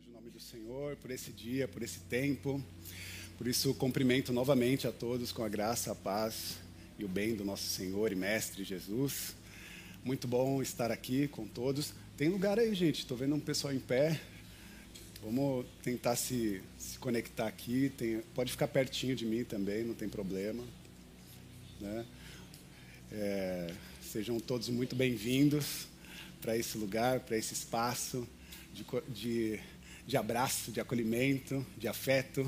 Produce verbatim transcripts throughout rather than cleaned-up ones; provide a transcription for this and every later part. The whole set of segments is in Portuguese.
Seja o nome do Senhor por esse dia, por esse tempo. Por isso, cumprimento novamente a todos com a graça, a paz e o bem do nosso Senhor e Mestre Jesus. Muito bom estar aqui com todos. Tem lugar aí, gente. Estou vendo um pessoal em pé. Vamos tentar se, se conectar aqui. Tem, pode ficar pertinho de mim também, não tem problema. Né? É, sejam todos muito bem-vindos para esse lugar, para esse espaço de, de, de abraço, de acolhimento, de afeto.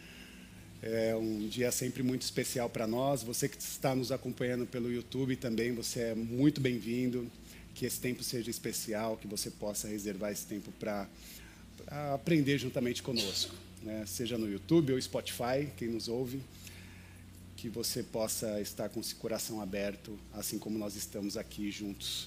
É um dia sempre muito especial para nós. Você que está nos acompanhando pelo YouTube também, você é muito bem-vindo. Que esse tempo seja especial, que você possa reservar esse tempo para aprender juntamente conosco, né? Seja no YouTube ou Spotify, quem nos ouve, que você possa estar com esse coração aberto, assim como nós estamos aqui juntos.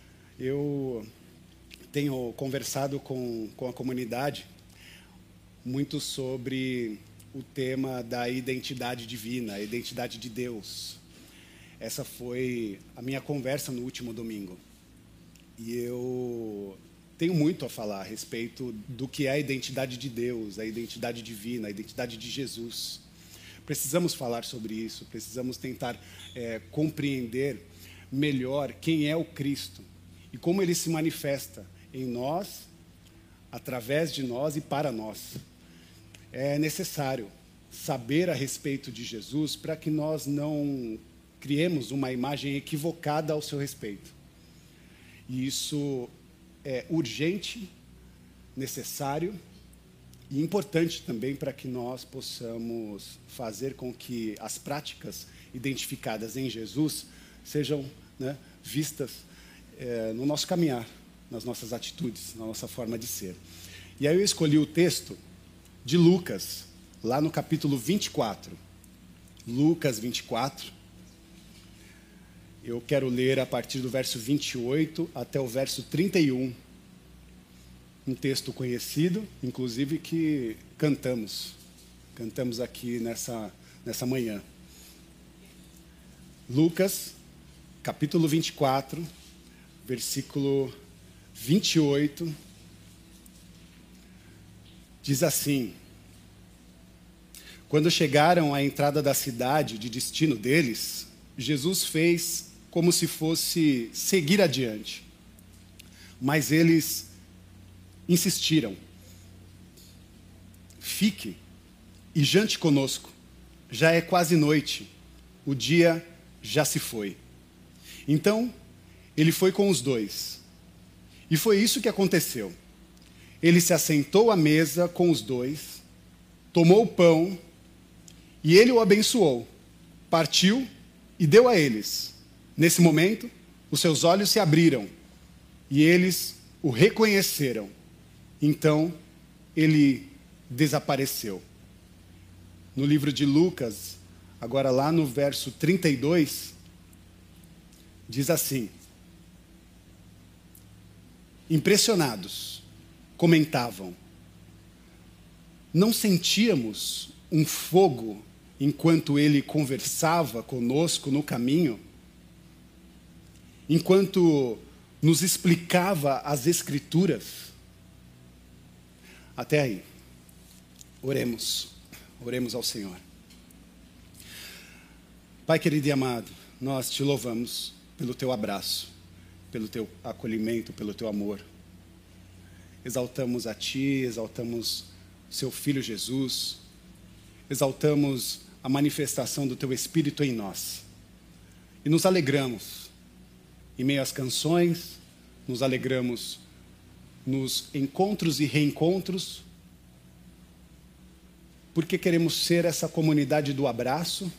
Eu tenho conversado com, com a comunidade muito sobre o tema da identidade divina, a identidade de Deus. Essa foi a minha conversa no último domingo. E eu tenho muito a falar a respeito do que é a identidade de Deus, a identidade divina, a identidade de Jesus. Precisamos falar sobre isso, precisamos tentar é, compreender melhor quem é o Cristo e como ele se manifesta em nós, através de nós e para nós. É necessário saber a respeito de Jesus para que nós não criemos uma imagem equivocada ao seu respeito. E isso é urgente, necessário e importante também para que nós possamos fazer com que as práticas identificadas em Jesus sejam, né, vistas é, no nosso caminhar, nas nossas atitudes, na nossa forma de ser. E aí eu escolhi o texto de Lucas, lá no capítulo vinte e quatro. Lucas vinte e quatro. Eu quero ler a partir do verso vinte e oito até o verso trinta e um. Um texto conhecido, inclusive, que cantamos. Cantamos aqui nessa, nessa manhã. Lucas, capítulo vinte e quatro, versículo vinte e oito. Diz assim: quando chegaram à entrada da cidade de destino deles, Jesus fez como se fosse seguir adiante. Mas eles insistiram: fique e jante conosco. Já é quase noite, o dia já se foi. Então, ele foi com os dois. E foi isso que aconteceu. Ele se assentou à mesa com os dois, tomou o pão, e ele o abençoou, partiu e deu a eles. Nesse momento, os seus olhos se abriram, e eles o reconheceram. Então, ele desapareceu. No livro de Lucas, agora lá no verso trinta e dois, diz assim: impressionados, comentavam: não sentíamos um fogo enquanto ele conversava conosco no caminho? Enquanto nos explicava as Escrituras? Até aí. Oremos. Oremos ao Senhor. Pai querido e amado, nós te louvamos pelo teu abraço, pelo teu acolhimento, pelo teu amor. Exaltamos a ti, exaltamos seu Filho Jesus, exaltamos a manifestação do teu Espírito em nós. E nos alegramos em meio às canções, nos alegramos nos encontros e reencontros, porque queremos ser essa comunidade do abraço,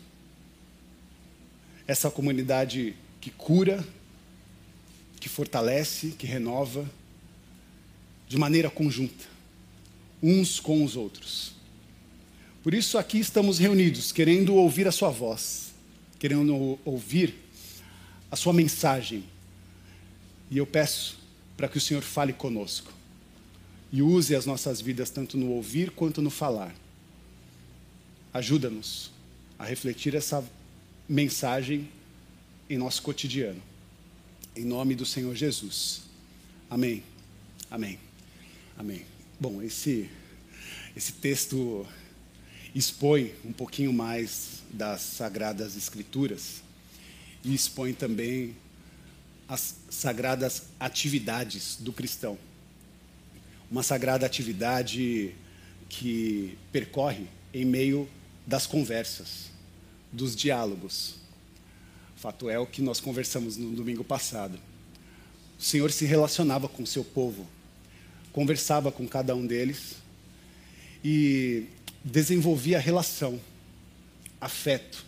essa comunidade que cura, que fortalece, que renova, de maneira conjunta, uns com os outros. Por isso aqui estamos reunidos, querendo ouvir a sua voz, querendo ouvir a sua mensagem. E eu peço para que o Senhor fale conosco e use as nossas vidas tanto no ouvir quanto no falar. Ajuda-nos a refletir essa mensagem em nosso cotidiano. Em nome do Senhor Jesus. Amém. Amém. Amém. Bom, esse, esse texto expõe um pouquinho mais das Sagradas Escrituras e expõe também as sagradas atividades do cristão. Uma sagrada atividade que percorre em meio das conversas, dos diálogos. Fato é o que nós conversamos no domingo passado. O Senhor se relacionava com o seu povo, conversava com cada um deles e desenvolvia relação, afeto,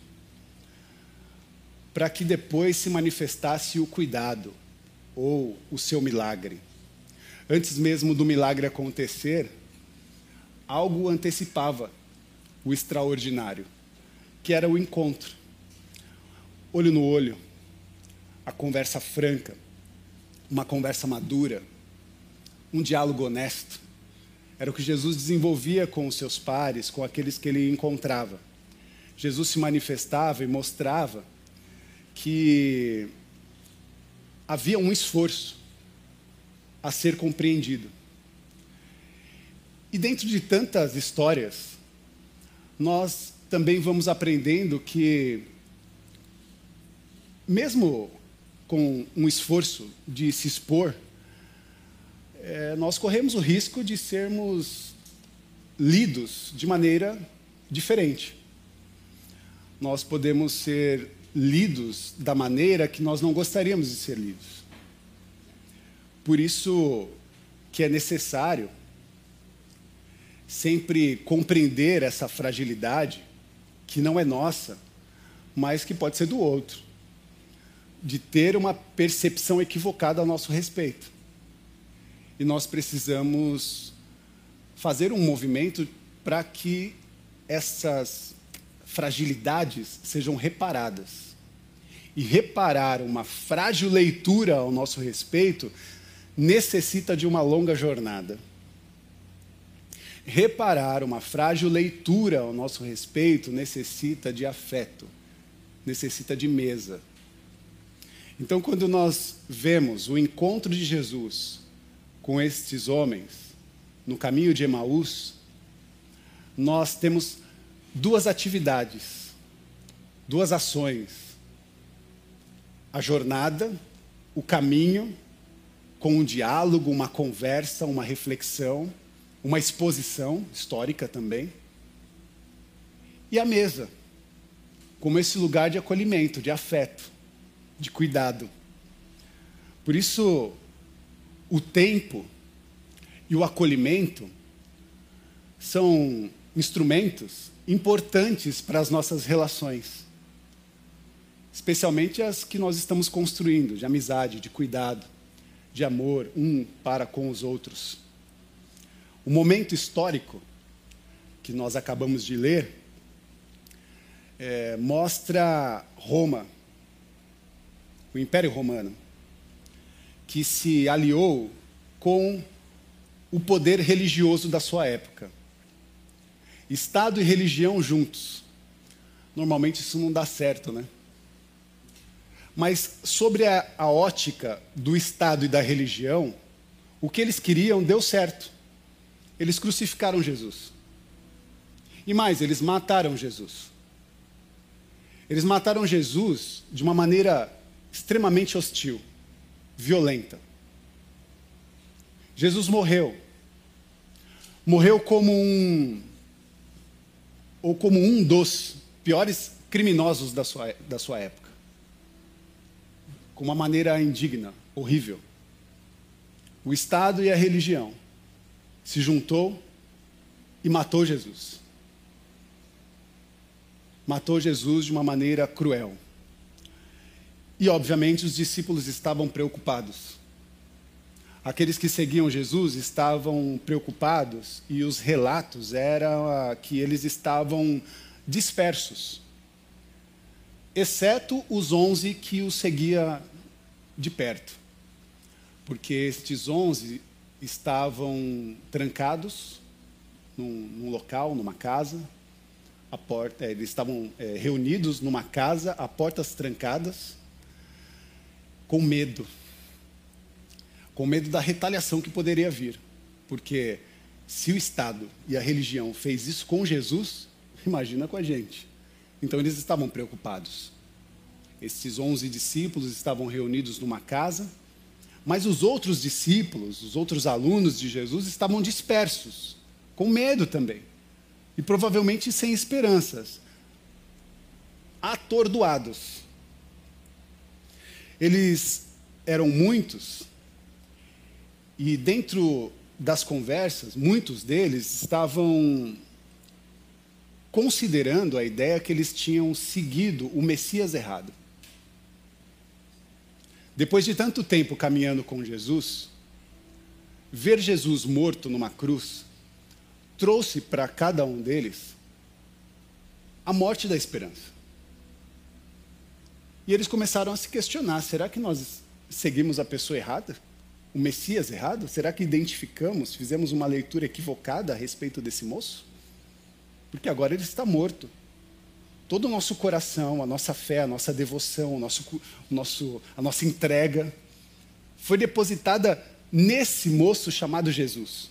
para que depois se manifestasse o cuidado ou o seu milagre. Antes mesmo do milagre acontecer, algo antecipava o extraordinário, que era o encontro, olho no olho, a conversa franca, uma conversa madura, um diálogo honesto. Era o que Jesus desenvolvia com os seus pares, com aqueles que ele encontrava. Jesus se manifestava e mostrava que havia um esforço a ser compreendido. E dentro de tantas histórias, nós também vamos aprendendo que, mesmo com um esforço de se expor, é, nós corremos o risco de sermos lidos de maneira diferente. Nós podemos ser lidos da maneira que nós não gostaríamos de ser lidos. Por isso que é necessário sempre compreender essa fragilidade, que não é nossa, mas que pode ser do outro, de ter uma percepção equivocada a nosso respeito. E nós precisamos fazer um movimento para que essas fragilidades sejam reparadas. E reparar uma frágil leitura ao nosso respeito necessita de uma longa jornada. Reparar uma frágil leitura ao nosso respeito necessita de afeto, necessita de mesa. Então, quando nós vemos o encontro de Jesus com estes homens no caminho de Emaús, nós temos duas atividades, duas ações. A jornada, o caminho, com um diálogo, uma conversa, uma reflexão, uma exposição histórica também. E a mesa, como esse lugar de acolhimento, de afeto, de cuidado. Por isso, o tempo e o acolhimento são instrumentos importantes para as nossas relações, especialmente as que nós estamos construindo, de amizade, de cuidado, de amor um para com os outros. O momento histórico que nós acabamos de ler é, mostra Roma, o Império Romano, que se aliou com o poder religioso da sua época. Estado e religião juntos. Normalmente isso não dá certo, né? Mas sobre a, a ótica do Estado e da religião, o que eles queriam deu certo. Eles crucificaram Jesus. E mais, eles mataram Jesus. Eles mataram Jesus de uma maneira extremamente hostil, violenta. Jesus morreu. Morreu como um, ou como um dos piores criminosos da sua, da sua época. Com uma maneira indigna, horrível. O Estado e a religião se juntou e matou Jesus. Matou Jesus de uma maneira cruel. E, obviamente, os discípulos estavam preocupados. Aqueles que seguiam Jesus estavam preocupados e os relatos eram que eles estavam dispersos, exceto os onze que o seguiam de perto. Porque estes onze estavam trancados num, num local, numa casa, a porta, eles estavam é, reunidos numa casa, a portas trancadas, com medo. Com medo da retaliação que poderia vir. Porque Se o Estado e a religião fez isso com Jesus, imagina com a gente. Então eles estavam preocupados. Esses onze discípulos estavam reunidos numa casa, mas os outros discípulos, os outros alunos de Jesus estavam dispersos, com medo também. E provavelmente sem esperanças, atordoados. Eles eram muitos, e dentro das conversas, muitos deles estavam considerando a ideia que eles tinham seguido o Messias errado. Depois de tanto tempo caminhando com Jesus, ver Jesus morto numa cruz trouxe para cada um deles a morte da esperança. E eles começaram a se questionar: será que nós seguimos a pessoa errada? O Messias errado? Será que identificamos, fizemos uma leitura equivocada a respeito desse moço? Porque agora ele está morto. Todo o nosso coração, a nossa fé, a nossa devoção, o nosso, o nosso, a nossa entrega foi depositada nesse moço chamado Jesus.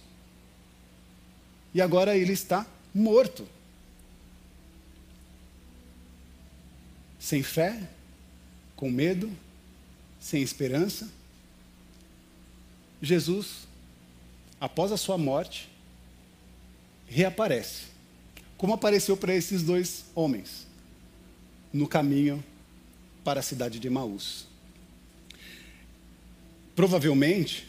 E agora ele está morto. Sem fé, com medo, sem esperança. Jesus, após a sua morte, reaparece, como apareceu para esses dois homens, no caminho para a cidade de Emaús. Provavelmente,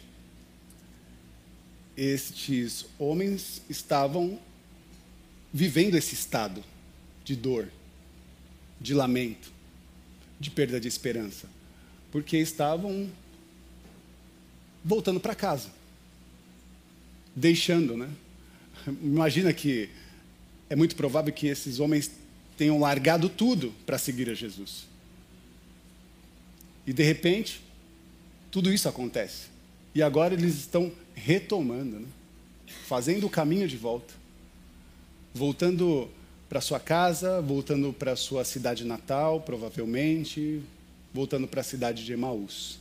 estes homens estavam vivendo esse estado de dor, de lamento, de perda de esperança, porque estavam voltando para casa, deixando, né? Imagina que é muito provável que esses homens tenham largado tudo para seguir a Jesus. E de repente, tudo isso acontece. E agora eles estão retomando, né? Fazendo o caminho de volta. Voltando para sua casa, voltando para sua cidade natal, provavelmente, voltando para a cidade de Emaús.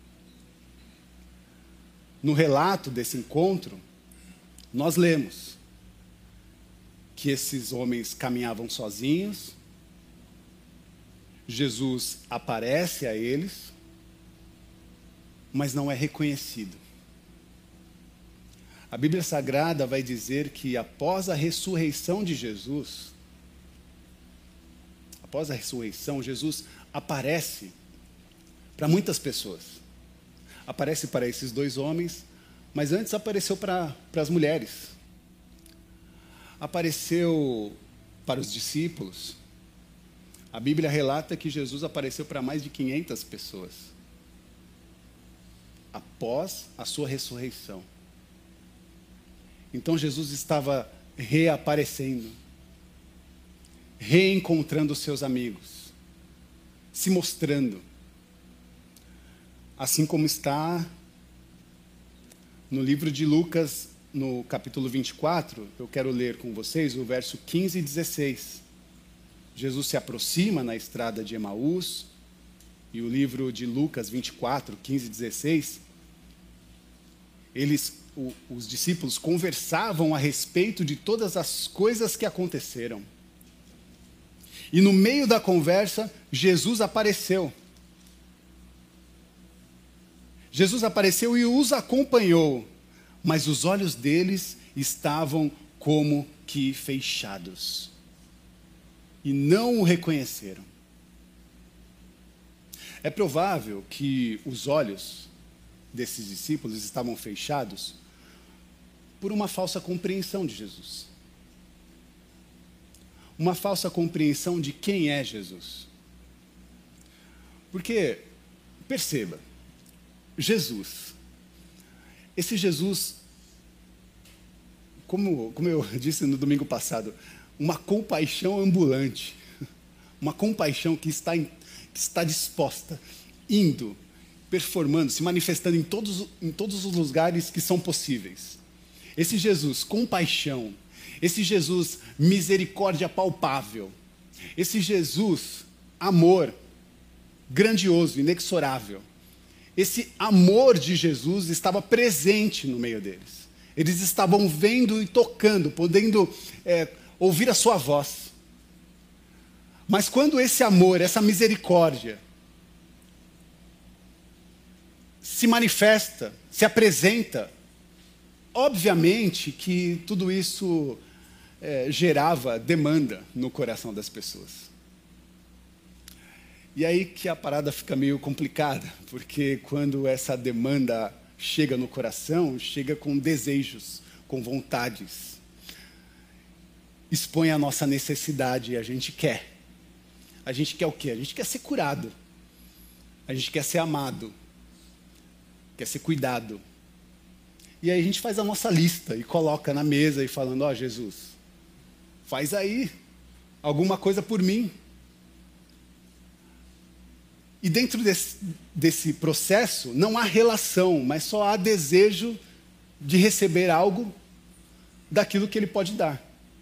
No relato desse encontro, nós lemos que esses homens caminhavam sozinhos, Jesus aparece a eles, mas não é reconhecido. A Bíblia Sagrada vai dizer que após a ressurreição de Jesus, após a ressurreição, Jesus aparece para muitas pessoas. Aparece para esses dois homens, mas antes apareceu para, para as mulheres. Apareceu para os discípulos. A Bíblia relata que Jesus apareceu para mais de quinhentas pessoas após a sua ressurreição. Então Jesus estava reaparecendo, reencontrando os seus amigos, se mostrando, assim como está no livro de Lucas, no capítulo vinte e quatro, eu quero ler com vocês o verso quinze e dezesseis. Jesus se aproxima na estrada de Emaús, e o livro de Lucas vinte e quatro, quinze e dezesseis, eles, o, os discípulos conversavam a respeito de todas as coisas que aconteceram. E no meio da conversa, Jesus apareceu. Jesus apareceu e os acompanhou, mas os olhos deles estavam como que fechados. E não o reconheceram. É provável que os olhos desses discípulos estavam fechados por uma falsa compreensão de Jesus. Uma falsa compreensão de quem é Jesus. Porque, perceba, Jesus, esse Jesus, como, como eu disse no domingo passado, uma compaixão ambulante, uma compaixão que está, em, que está disposta, indo, performando, se manifestando em todos, em todos os lugares que são possíveis. Esse Jesus, compaixão, esse Jesus, misericórdia palpável, esse Jesus, amor, grandioso, inexorável. Esse amor de Jesus estava presente no meio deles. Eles estavam vendo e tocando, podendo é, ouvir a sua voz. Mas quando esse amor, essa misericórdia se manifesta, se apresenta, obviamente que tudo isso é, gerava demanda no coração das pessoas. E aí que a parada fica meio complicada, porque quando essa demanda chega no coração, chega com desejos, com vontades. Expõe a nossa necessidade e a gente quer. A gente quer o quê? A gente quer ser curado. A gente quer ser amado. Quer ser cuidado. E aí a gente faz a nossa lista e coloca na mesa e falando, ó, oh, Jesus, faz aí alguma coisa por mim. E dentro desse, desse processo não há relação, mas só há desejo de receber algo daquilo que ele pode dar.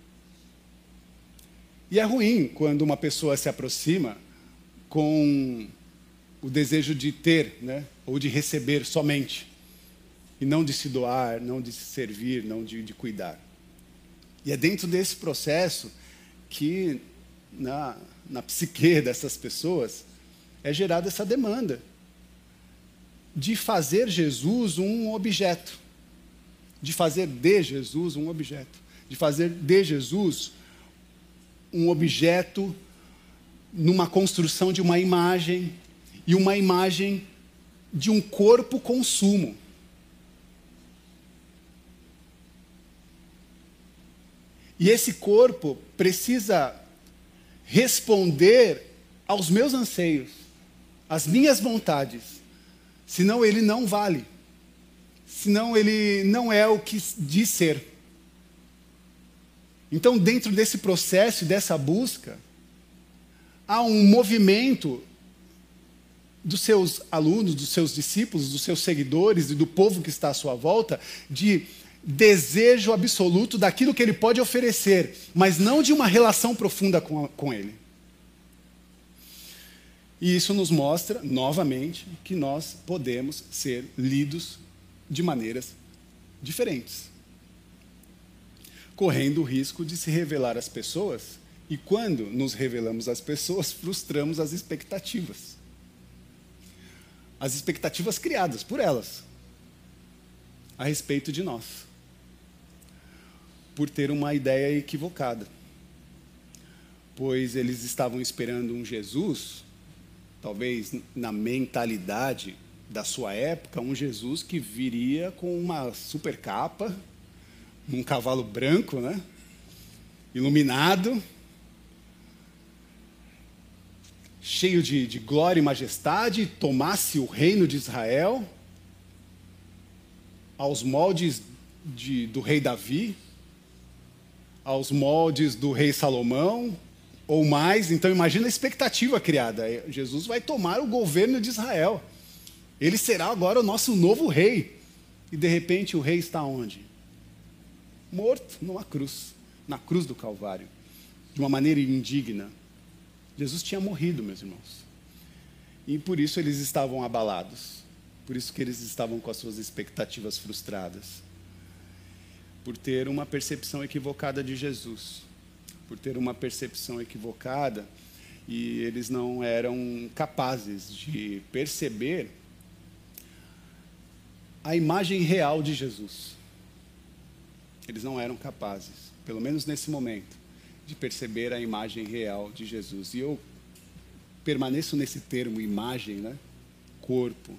E é ruim quando uma pessoa se aproxima com o desejo de ter, né, ou de receber somente, e não de se doar, não de se servir, não de, de cuidar. E é dentro desse processo que, na, na psique dessas pessoas, é gerada essa demanda de fazer Jesus um objeto, de fazer de Jesus um objeto, de fazer de Jesus um objeto numa construção de uma imagem, e uma imagem de um corpo consumo. E esse corpo precisa responder aos meus anseios, às minhas vontades, senão ele não vale, senão ele não é o que diz ser. Então, dentro desse processo, dessa busca, há um movimento dos seus alunos, dos seus discípulos, dos seus seguidores e do povo que está à sua volta, de desejo absoluto daquilo que ele pode oferecer, mas não de uma relação profunda com, a, com ele. E isso nos mostra, novamente, que nós podemos ser lidos de maneiras diferentes, correndo o risco de se revelar às pessoas, e quando nos revelamos às pessoas, frustramos as expectativas. As expectativas criadas por elas, a respeito de nós, por ter uma ideia equivocada. Pois eles estavam esperando um Jesus, talvez na mentalidade da sua época, um Jesus que viria com uma super capa, um cavalo branco, né? Iluminado, cheio de, de glória e majestade, tomasse o reino de Israel aos moldes de, do rei Davi, aos moldes do rei Salomão, ou mais. Então imagina a expectativa criada. Jesus vai tomar o governo de Israel. Ele será agora o nosso novo rei. E de repente o rei está onde? Morto numa cruz, na cruz do Calvário, de uma maneira indigna. Jesus tinha morrido, meus irmãos. E por isso eles estavam abalados. Por isso que eles estavam com as suas expectativas frustradas. Por ter uma percepção equivocada de Jesus. Por ter uma percepção equivocada, e eles não eram capazes de perceber a imagem real de Jesus. Eles não eram capazes, pelo menos nesse momento, de perceber a imagem real de Jesus. E eu permaneço nesse termo, imagem, né? Corpo.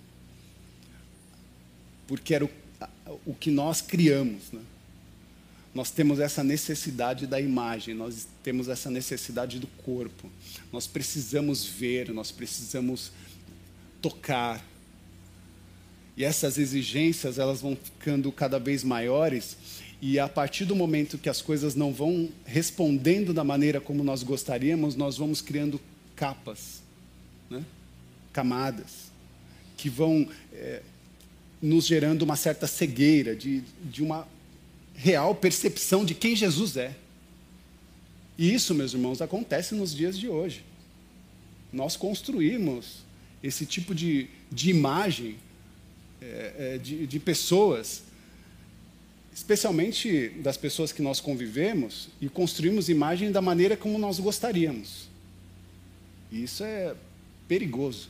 Porque era o, o que nós criamos, né? Nós temos essa necessidade da imagem, nós temos essa necessidade do corpo. Nós precisamos ver, nós precisamos tocar. E essas exigências, elas vão ficando cada vez maiores, e a partir do momento que as coisas não vão respondendo da maneira como nós gostaríamos, nós vamos criando capas, né? Camadas, que vão é, nos gerando uma certa cegueira, de, de uma real percepção de quem Jesus é. E isso, meus irmãos, acontece nos dias de hoje. Nós construímos esse tipo de, de imagem é, é, de, de pessoas especialmente das pessoas que nós convivemos, e construímos imagem da maneira como nós gostaríamos. E isso é perigoso.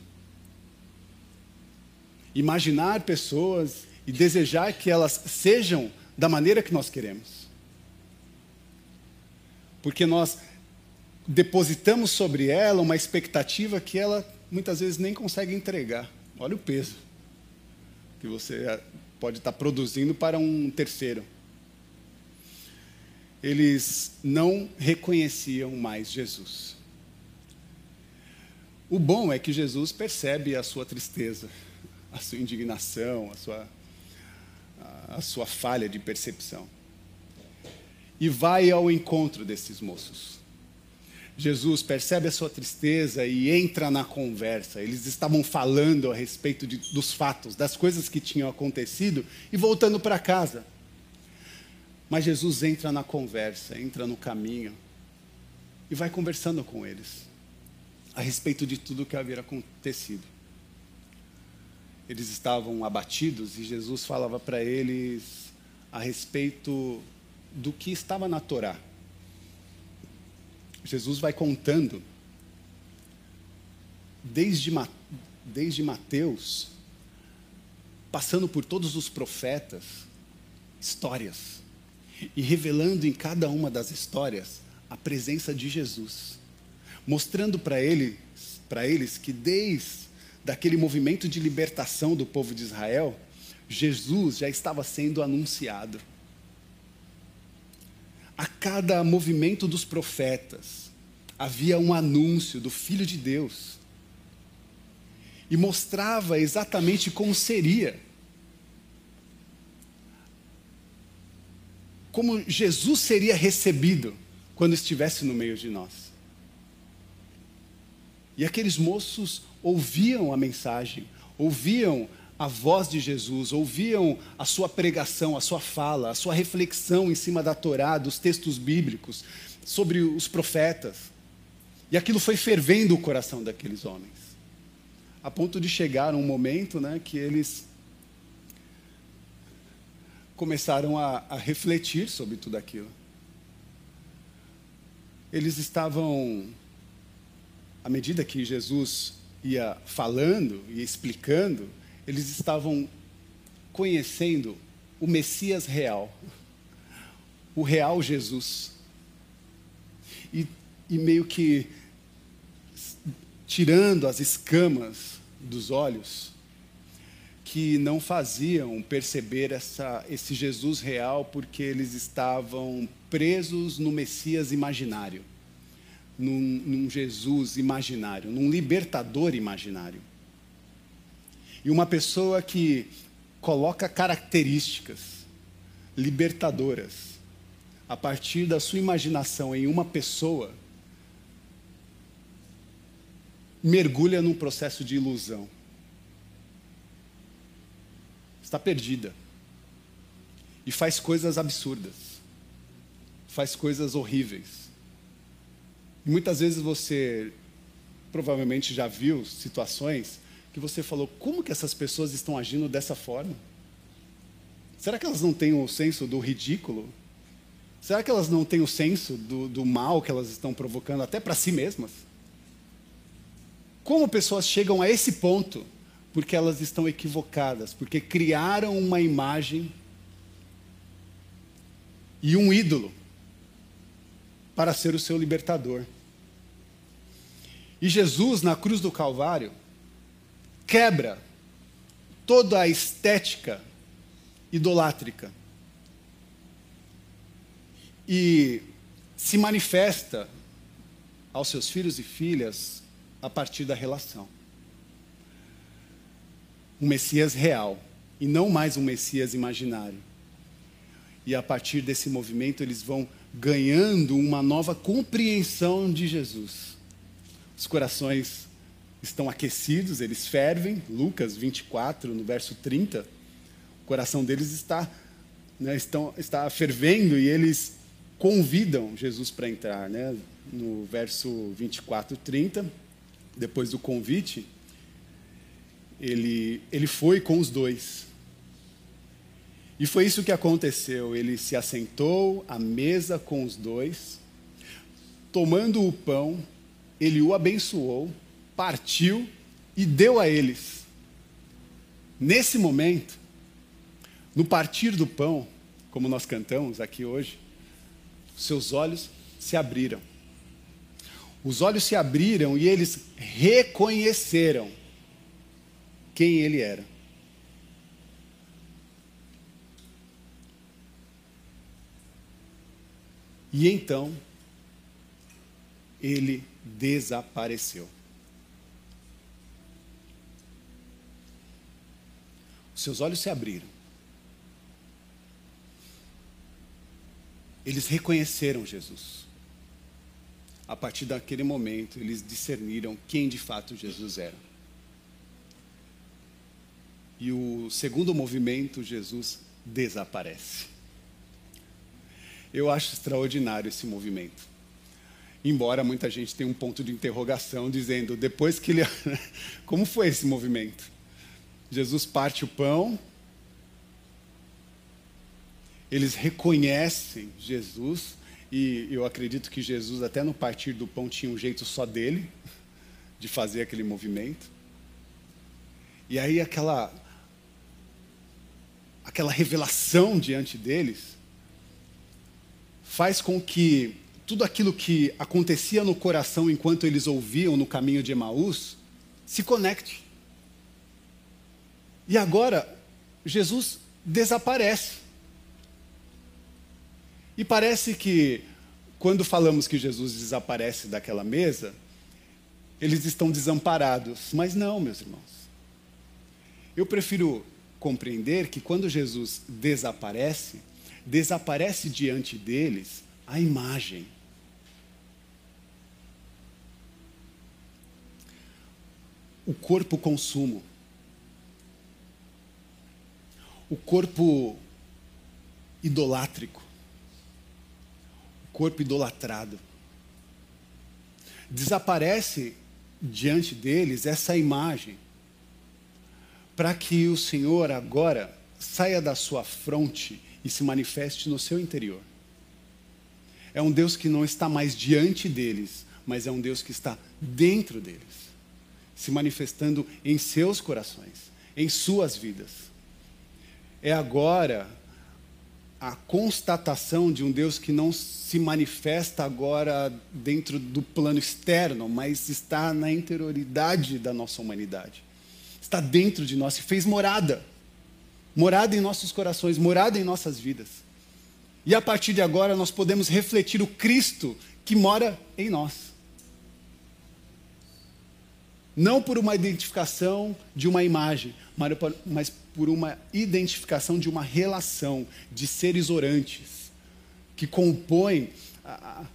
Imaginar pessoas e desejar que elas sejam da maneira que nós queremos. Porque nós depositamos sobre ela uma expectativa que ela muitas vezes nem consegue entregar. Olha o peso que você pode estar produzindo para um terceiro. Eles não reconheciam mais Jesus. O bom é que Jesus percebe a sua tristeza, a sua indignação, a sua, a sua falha de percepção. E vai ao encontro desses moços. Jesus percebe a sua tristeza e entra na conversa. Eles estavam falando a respeito de, dos fatos, das coisas que tinham acontecido e voltando para casa. Mas Jesus entra na conversa, entra no caminho e vai conversando com eles a respeito de tudo o que havia acontecido. Eles estavam abatidos e Jesus falava para eles a respeito do que estava na Torá. Jesus vai contando, desde, desde Mateus, passando por todos os profetas, histórias, e revelando em cada uma das histórias a presença de Jesus, mostrando para eles, para eles que desde daquele movimento de libertação do povo de Israel, Jesus já estava sendo anunciado. A cada movimento dos profetas, havia um anúncio do Filho de Deus. E mostrava exatamente como seria. Como Jesus seria recebido quando estivesse no meio de nós. E aqueles moços ouviam a mensagem, ouviam a voz de Jesus, ouviam a sua pregação, a sua fala, a sua reflexão em cima da Torá, dos textos bíblicos, sobre os profetas. E aquilo foi fervendo o coração daqueles homens, a ponto de chegar um momento, né, que eles começaram a, a refletir sobre tudo aquilo. Eles estavam, à medida que Jesus ia falando e explicando, eles estavam conhecendo o Messias real, o real Jesus. E, e meio que tirando as escamas dos olhos, que não faziam perceber essa, esse Jesus real, porque eles estavam presos no Messias imaginário, num, num Jesus imaginário, num libertador imaginário. E uma pessoa que coloca características libertadoras a partir da sua imaginação em uma pessoa, mergulha num processo de ilusão. Está perdida. E faz coisas absurdas. Faz coisas horríveis. E muitas vezes você provavelmente já viu situações que você falou, como que essas pessoas estão agindo dessa forma? Será que elas não têm o senso do ridículo? Será que elas não têm o senso do, do mal que elas estão provocando até para si mesmas? Como pessoas chegam a esse ponto? Porque elas estão equivocadas, porque criaram uma imagem e um ídolo para ser o seu libertador. E Jesus, na cruz do Calvário, quebra toda a estética idolátrica e se manifesta aos seus filhos e filhas a partir da relação. Um Messias real e não mais um Messias imaginário. E a partir desse movimento eles vão ganhando uma nova compreensão de Jesus. Os corações estão aquecidos, eles fervem. Lucas vinte e quatro, no verso trinta, o coração deles está, né, estão, está fervendo e eles convidam Jesus para entrar. Né? No verso vinte e quatro, trinta, depois do convite, ele, ele foi com os dois. E foi isso que aconteceu. Ele se assentou à mesa com os dois, tomando o pão, ele o abençoou, partiu e deu a eles. Nesse momento, no partir do pão, como nós cantamos aqui hoje, seus olhos se abriram. Os olhos se abriram e eles reconheceram quem ele era. E então, ele desapareceu. Os seus olhos se abriram. Eles reconheceram Jesus. A partir daquele momento, eles discerniram quem de fato Jesus era. E o segundo movimento, Jesus desaparece. Eu acho extraordinário esse movimento. Embora muita gente tenha um ponto de interrogação, dizendo, depois que ele... Como foi esse movimento? Jesus parte o pão, eles reconhecem Jesus, e eu acredito que Jesus, até no partir do pão, tinha um jeito só dele, de fazer aquele movimento. E aí aquela, aquela revelação diante deles, faz com que tudo aquilo que acontecia no coração enquanto eles ouviam no caminho de Emaús, se conecte. E agora, Jesus desaparece. E parece que, quando falamos que Jesus desaparece daquela mesa, eles estão desamparados. Mas não, meus irmãos. Eu prefiro compreender que quando Jesus desaparece, desaparece diante deles a imagem. O corpo consumo. O corpo idolátrico. O corpo idolatrado. Desaparece diante deles essa imagem, para que o Senhor agora saia da sua fronte e se manifeste no seu interior. É um Deus que não está mais diante deles, mas é um Deus que está dentro deles, se manifestando em seus corações, em suas vidas. É agora a constatação de um Deus que não se manifesta agora dentro do plano externo, mas está na interioridade da nossa humanidade. Está dentro de nós, se fez morada. Morada em nossos corações, morada em nossas vidas. E a partir de agora nós podemos refletir o Cristo que mora em nós. Não por uma identificação de uma imagem, mas por uma identificação de uma relação de seres orantes, que compõem a,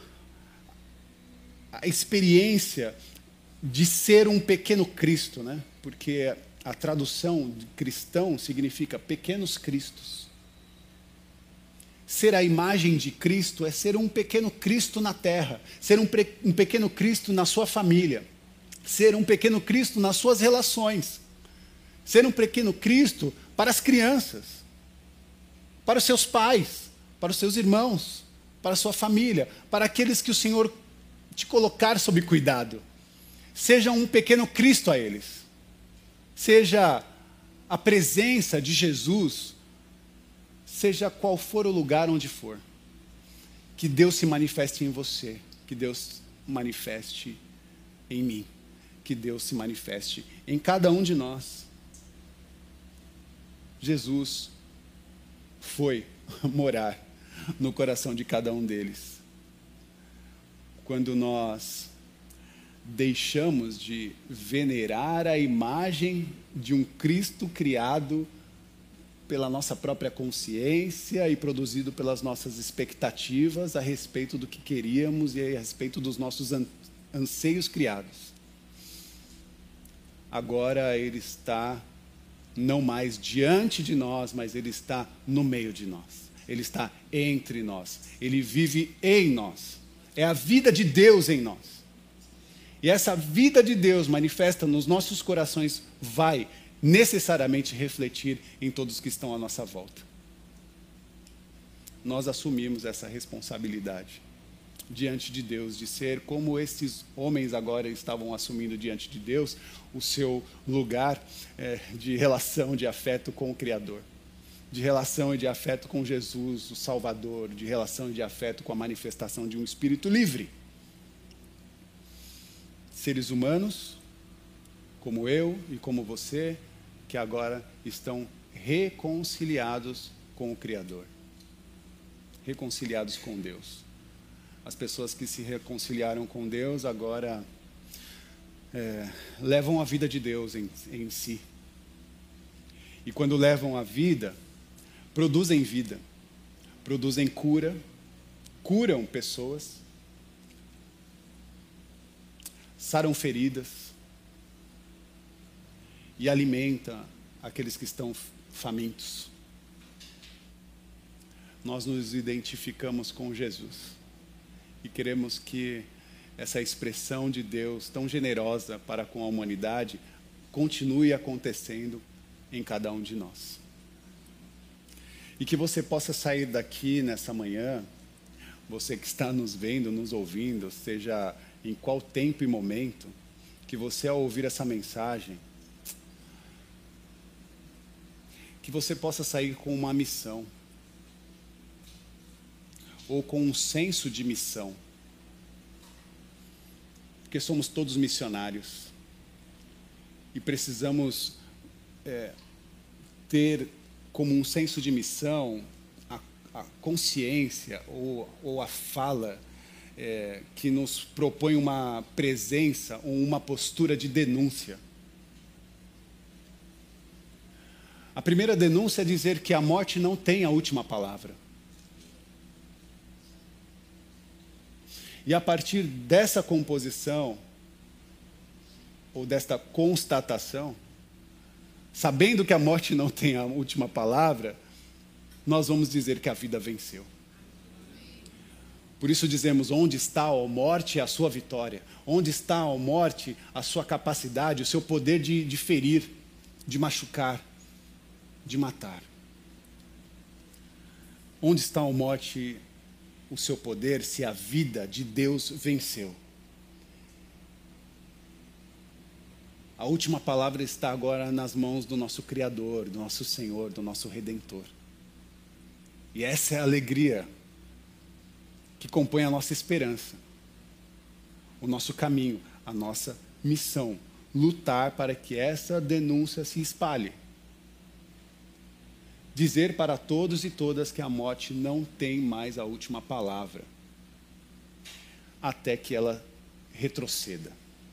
a experiência de ser um pequeno Cristo, né? Porque a tradução de cristão significa pequenos cristos. Ser a imagem de Cristo é ser um pequeno Cristo na terra, ser um, pre, um pequeno Cristo na sua família, ser um pequeno Cristo nas suas relações, ser um pequeno Cristo para as crianças, para os seus pais, para os seus irmãos, para a sua família, para aqueles que o Senhor te colocar sob cuidado. Seja um pequeno Cristo a eles. Seja a presença de Jesus, seja qual for o lugar onde for. Que Deus se manifeste em você, que Deus manifeste em mim, que Deus se manifeste em cada um de nós. Jesus foi morar no coração de cada um deles. Quando nós deixamos de venerar a imagem de um Cristo criado pela nossa própria consciência e produzido pelas nossas expectativas a respeito do que queríamos e a respeito dos nossos anseios criados. Agora ele está não mais diante de nós, mas ele está no meio de nós. Ele está entre nós. Ele vive em nós. É a vida de Deus em nós. E essa vida de Deus manifesta nos nossos corações vai necessariamente refletir em todos que estão à nossa volta. nós assumimos essa responsabilidade diante de Deus, de ser como esses homens agora estavam assumindo diante de Deus, o seu lugar é, de relação, de afeto com o Criador, de relação e de afeto com Jesus, o Salvador, de relação e de afeto com a manifestação de um espírito livre. Seres humanos, como eu e como você, que agora estão reconciliados com o Criador, reconciliados com Deus. As pessoas que se reconciliaram com Deus agora é, levam a vida de Deus em, em si. E quando levam a vida, produzem vida, produzem cura, curam pessoas, saram feridas e alimenta aqueles que estão famintos. Nós nos identificamos com Jesus. E queremos que essa expressão de Deus tão generosa para com a humanidade continue acontecendo em cada um de nós. E que você possa sair daqui nessa manhã, você que está nos vendo, nos ouvindo, seja em qual tempo e momento, que você ao ouvir essa mensagem, que você possa sair com uma missão, ou com um senso de missão, porque somos todos missionários e precisamos é, ter como um senso de missão a, a consciência ou, ou a fala é, que nos propõe uma presença ou uma postura de denúncia. A primeira denúncia é dizer que a morte não tem a última palavra. E a partir dessa composição, ou desta constatação, sabendo que a morte não tem a última palavra, nós vamos dizer que a vida venceu. Por isso dizemos, onde está, ó morte, a sua vitória? Onde está, ó morte, a sua capacidade, o seu poder de, de ferir, de machucar, de matar? Onde está, ó morte, o seu poder, se a vida de Deus venceu? A última palavra está agora nas mãos do nosso Criador, do nosso Senhor, do nosso Redentor. E essa é a alegria que compõe a nossa esperança, o nosso caminho, a nossa missão, lutar para que essa denúncia se espalhe. Dizer para todos e todas que a morte não tem mais a última palavra, até que ela retroceda.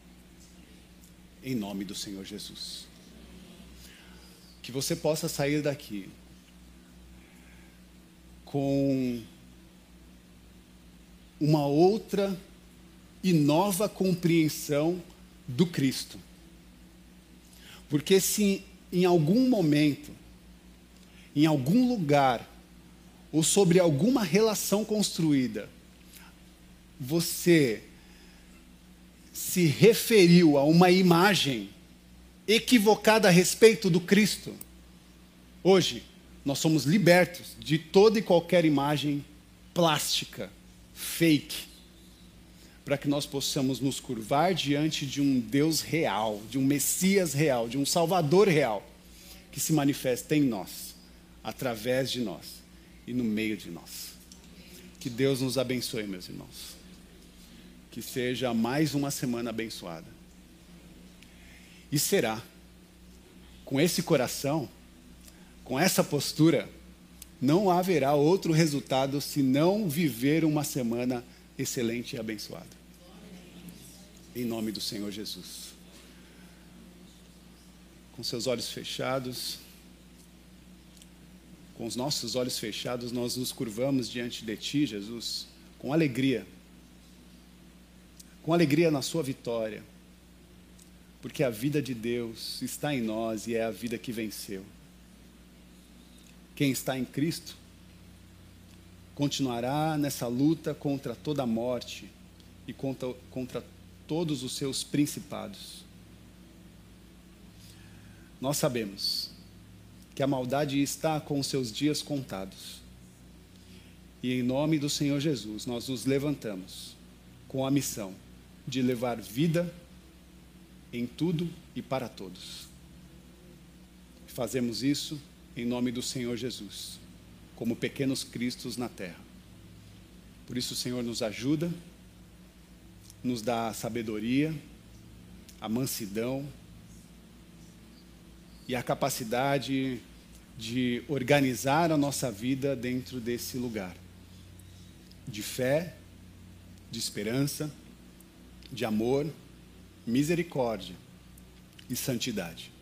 Em nome do Senhor Jesus. Que você possa sair daqui com uma outra e nova compreensão do Cristo. Porque se em algum momento, em algum lugar, ou sobre alguma relação construída, você se referiu a uma imagem equivocada a respeito do Cristo, hoje nós somos libertos de toda e qualquer imagem plástica, fake, para que nós possamos nos curvar diante de um Deus real, de um Messias real, de um Salvador real, que se manifesta em nós, através de nós e no meio de nós. Que Deus nos abençoe, meus irmãos. Que seja mais uma semana abençoada. E será, com esse coração, com essa postura, não haverá outro resultado senão viver uma semana excelente e abençoada. Em nome do Senhor Jesus. Com seus olhos fechados, com os nossos olhos fechados, nós nos curvamos diante de Ti, Jesus, com alegria. Com alegria na sua vitória, porque a vida de Deus está em nós e é a vida que venceu. Quem está em Cristo continuará nessa luta contra toda a morte e contra, contra todos os seus principados. Nós sabemos que a maldade está com os seus dias contados E em nome do Senhor Jesus, nós nos levantamos com a missão de levar vida em tudo e para todos. Fazemos isso em nome do Senhor Jesus, como pequenos cristos na terra. Por isso o Senhor nos ajuda, nos dá a sabedoria, a mansidão e a capacidade de organizar a nossa vida dentro desse lugar de fé, de esperança, de amor, misericórdia e santidade.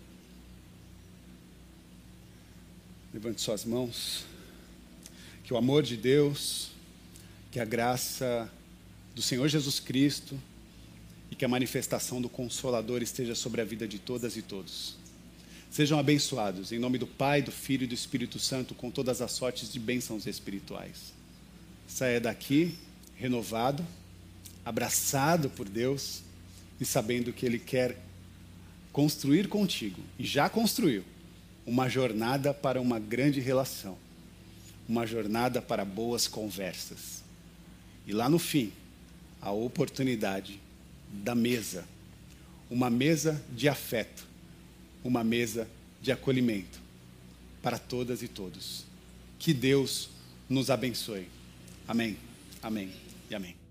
Levante suas mãos. Que o amor de Deus, que a graça do Senhor Jesus Cristo e que a manifestação do Consolador esteja sobre a vida de todas e todos. Sejam abençoados em nome do Pai, do Filho e do Espírito Santo com todas as sortes de bênçãos espirituais. Saia daqui renovado, abraçado por Deus e sabendo que Ele quer construir contigo, e já construiu, uma jornada para uma grande relação, uma jornada para boas conversas. E lá no fim, a oportunidade da mesa, uma mesa de afeto, uma mesa de acolhimento para todas e todos. Que Deus nos abençoe. Amém, amém e amém.